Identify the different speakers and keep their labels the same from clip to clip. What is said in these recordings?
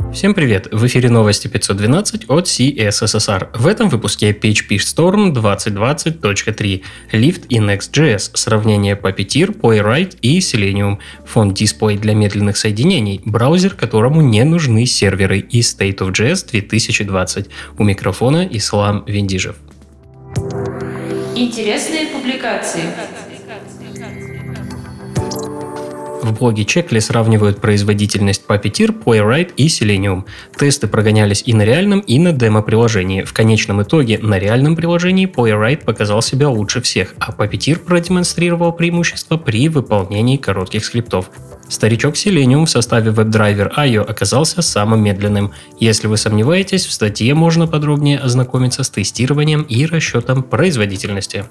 Speaker 1: Всем привет! В эфире новости 512 от CSSR. В этом выпуске PHP Storm 2020.3, Lift и Next.js, сравнение Puppeteer, Playwright и Selenium, фонд Display для медленных соединений, браузер, которому не нужны серверы, и State of JS 2020. У микрофона Ислам Виндижев.
Speaker 2: Интересные публикации.
Speaker 1: В блоге Checkly сравнивают производительность Puppeteer, Playwright и Selenium. Тесты прогонялись и на реальном, и на демо-приложении. В конечном итоге на реальном приложении Playwright показал себя лучше всех, а Puppeteer продемонстрировал преимущество при выполнении коротких скриптов. Старичок Selenium в составе WebDriver IO оказался самым медленным. Если вы сомневаетесь, в статье можно подробнее ознакомиться с тестированием и расчетом производительности.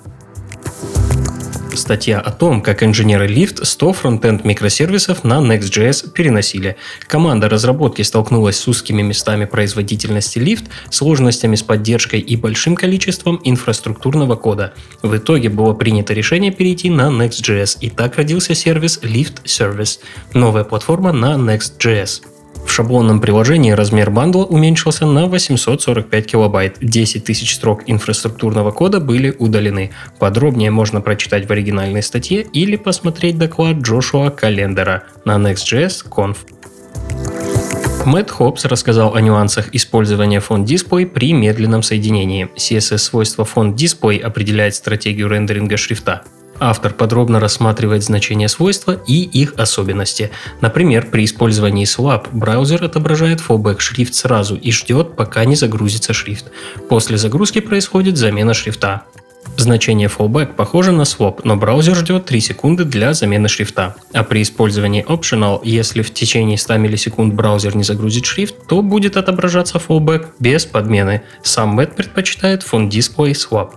Speaker 1: Статья о том, как инженеры Lift 100 фронтенд микросервисов на Next.js переносили. Команда разработки столкнулась с узкими местами производительности Lift, сложностями с поддержкой и большим количеством инфраструктурного кода. В итоге было принято решение перейти на Next.js, и так родился сервис Lift Service, новая платформа на Next.js. В шаблонном приложении размер бандла уменьшился на 845 килобайт, 10 тысяч строк инфраструктурного кода были удалены. Подробнее можно прочитать в оригинальной статье или посмотреть доклад Джошуа Календера на Next.js Conf. Мэтт Хопс рассказал о нюансах использования фонд Display при медленном соединении. CSS-свойство фонд Display определяет стратегию рендеринга шрифта. Автор подробно рассматривает значения свойства и их особенности. Например, при использовании swap браузер отображает fallback шрифт сразу и ждет, пока не загрузится шрифт. После загрузки происходит замена шрифта. Значение fallback похоже на swap, но браузер ждет 3 секунды для замены шрифта. А при использовании optional, если в течение 100 миллисекунд браузер не загрузит шрифт, то будет отображаться fallback без подмены. Сам Мэтт предпочитает font display swap.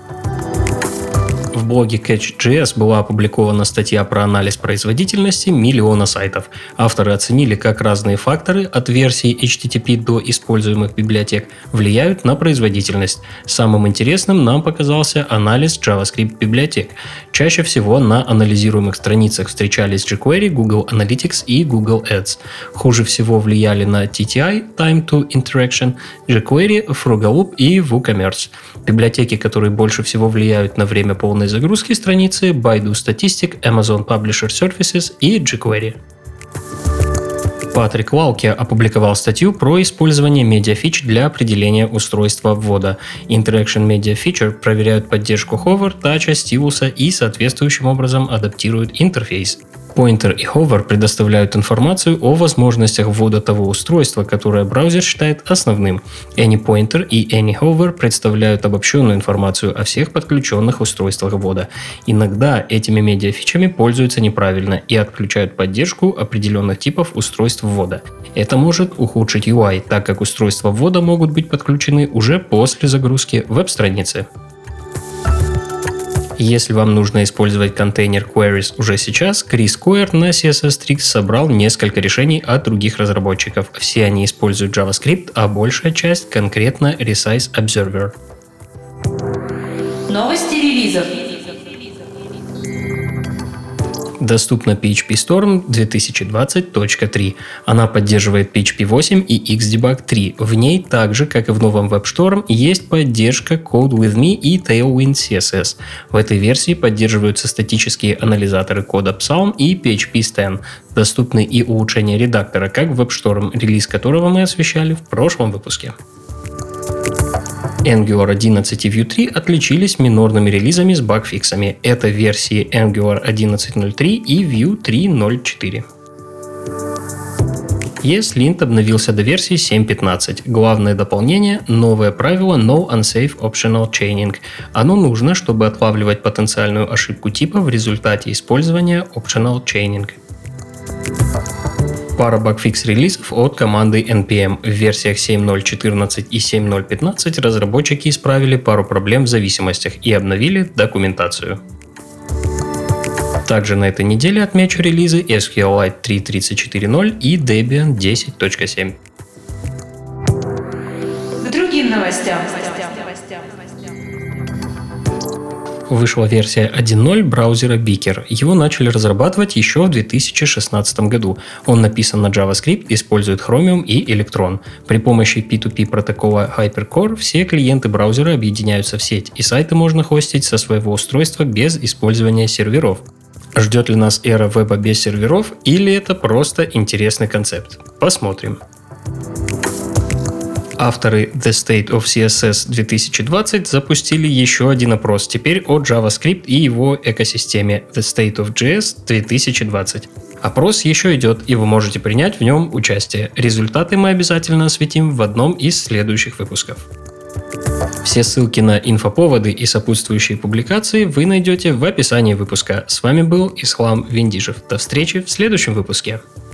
Speaker 1: В блоге Catch.js была опубликована статья про анализ производительности миллиона сайтов. Авторы оценили, как разные факторы от версии HTTP до используемых библиотек влияют на производительность. Самым интересным нам показался анализ JavaScript библиотек. Чаще всего на анализируемых страницах встречались jQuery, Google Analytics и Google Ads. Хуже всего влияли на TTI, Time to Interaction, jQuery, Frugaloop и WooCommerce. Библиотеки, которые больше всего влияют на время полной загрузки страницы: Baidu Statistic, Amazon Publisher Services и jQuery. Патрик Лауке опубликовал статью про использование медиафич для определения устройства ввода. Interaction Media Feature проверяют поддержку hover, тача, стилуса и соответствующим образом адаптируют интерфейс. Pointer и Hover предоставляют информацию о возможностях ввода того устройства, которое браузер считает основным. AnyPointer и AnyHover представляют обобщенную информацию о всех подключенных устройствах ввода. Иногда этими медиафичами пользуются неправильно и отключают поддержку определенных типов устройств ввода. Это может ухудшить UI, так как устройства ввода могут быть подключены уже после загрузки веб-страницы. Если вам нужно использовать контейнер Queries уже сейчас, Крис Койер на CSS Tricks собрал несколько решений от других разработчиков. Все они используют JavaScript, а большая часть конкретно Resize Observer.
Speaker 2: Новости релизов.
Speaker 1: Доступна PHP Storm 2020.3. Она поддерживает PHP 8 и Xdebug 3. В ней, так же как и в новом WebStorm, есть поддержка CodeWithMe и Tailwind CSS. В этой версии поддерживаются статические анализаторы кода Psalm и PHP Stan. Доступны и улучшения редактора, как в WebStorm, релиз которого мы освещали в прошлом выпуске. Angular 11 и Vue 3 отличились минорными релизами с багфиксами. Это версии Angular 11.03 и Vue 3.0.4. ESLint обновился до версии 7.15. Главное дополнение – новое правило No Unsafe Optional Chaining. Оно нужно, чтобы отлавливать потенциальную ошибку типа в результате использования Optional Chaining. Пара багфикс-релизов от команды NPM. В версиях 7.0.14 и 7.0.15 разработчики исправили пару проблем в зависимостях и обновили документацию. Также на этой неделе отмечу релизы SQLite 3.34.0 и Debian 10.7.
Speaker 2: К другим новостям.
Speaker 1: Вышла версия 1.0 браузера Beaker. Его начали разрабатывать еще в 2016 году. Он написан на JavaScript, использует Chromium и Electron. При помощи P2P протокола HyperCore все клиенты браузера объединяются в сеть, и сайты можно хостить со своего устройства без использования серверов. Ждет ли нас эра веба без серверов, или это просто интересный концепт? Посмотрим. Авторы The State of CSS 2020 запустили еще один опрос, теперь о JavaScript и его экосистеме The State of JS 2020. Опрос еще идет, и вы можете принять в нем участие. Результаты мы обязательно осветим в одном из следующих выпусков. Все ссылки на инфоповоды и сопутствующие публикации вы найдете в описании выпуска. С вами был Ислам Виндижев. До встречи в следующем выпуске.